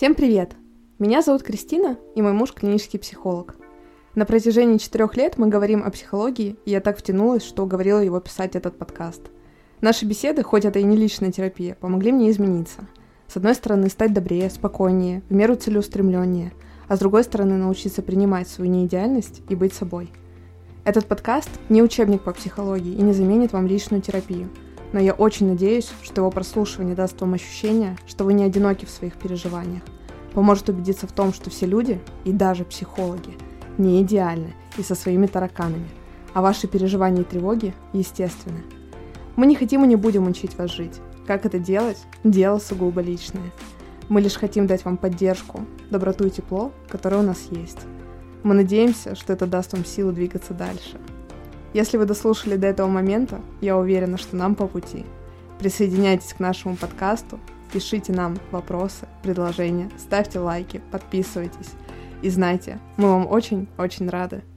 Всем привет! Меня зовут Кристина, и мой муж клинический психолог. На протяжении 4 лет мы говорим о психологии, и я так втянулась, что уговорила его писать этот подкаст. Наши беседы, хоть это и не личная терапия, помогли мне измениться. С одной стороны, стать добрее, спокойнее, в меру целеустремленнее, а с другой стороны, научиться принимать свою неидеальность и быть собой. Этот подкаст не учебник по психологии и не заменит вам личную терапию, но я очень надеюсь, что его прослушивание даст вам ощущение, что вы не одиноки в своих переживаниях, поможет убедиться в том, что все люди, и даже психологи, не идеальны и со своими тараканами, а ваши переживания и тревоги естественны. Мы не хотим и не будем учить вас жить. Как это делать? Дело сугубо личное. Мы лишь хотим дать вам поддержку, доброту и тепло, которое у нас есть. Мы надеемся, что это даст вам силу двигаться дальше. Если вы дослушали до этого момента, я уверена, что нам по пути. Присоединяйтесь к нашему подкасту, пишите нам вопросы, предложения, ставьте лайки, подписывайтесь. И знайте, мы вам очень-очень рады.